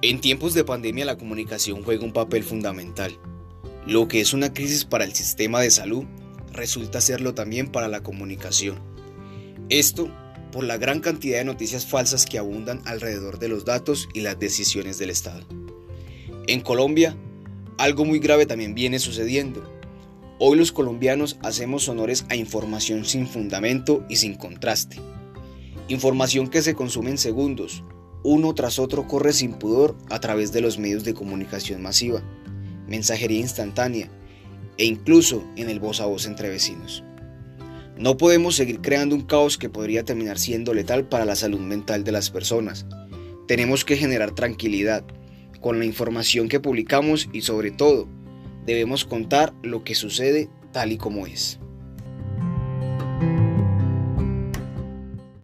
En tiempos de pandemia la comunicación juega un papel fundamental. Lo que es una crisis para el sistema de salud resulta serlo también para la comunicación. Esto por la gran cantidad de noticias falsas que abundan alrededor de los datos y las decisiones del Estado. En Colombia, algo muy grave también viene sucediendo. Hoy los colombianos hacemos honores a información sin fundamento y sin contraste. Información que se consume en segundos, uno tras otro corre sin pudor a través de los medios de comunicación masiva, mensajería instantánea e incluso en el voz a voz entre vecinos. No podemos seguir creando un caos que podría terminar siendo letal para la salud mental de las personas. Tenemos que generar tranquilidad con la información que publicamos y sobre todo, debemos contar lo que sucede tal y como es.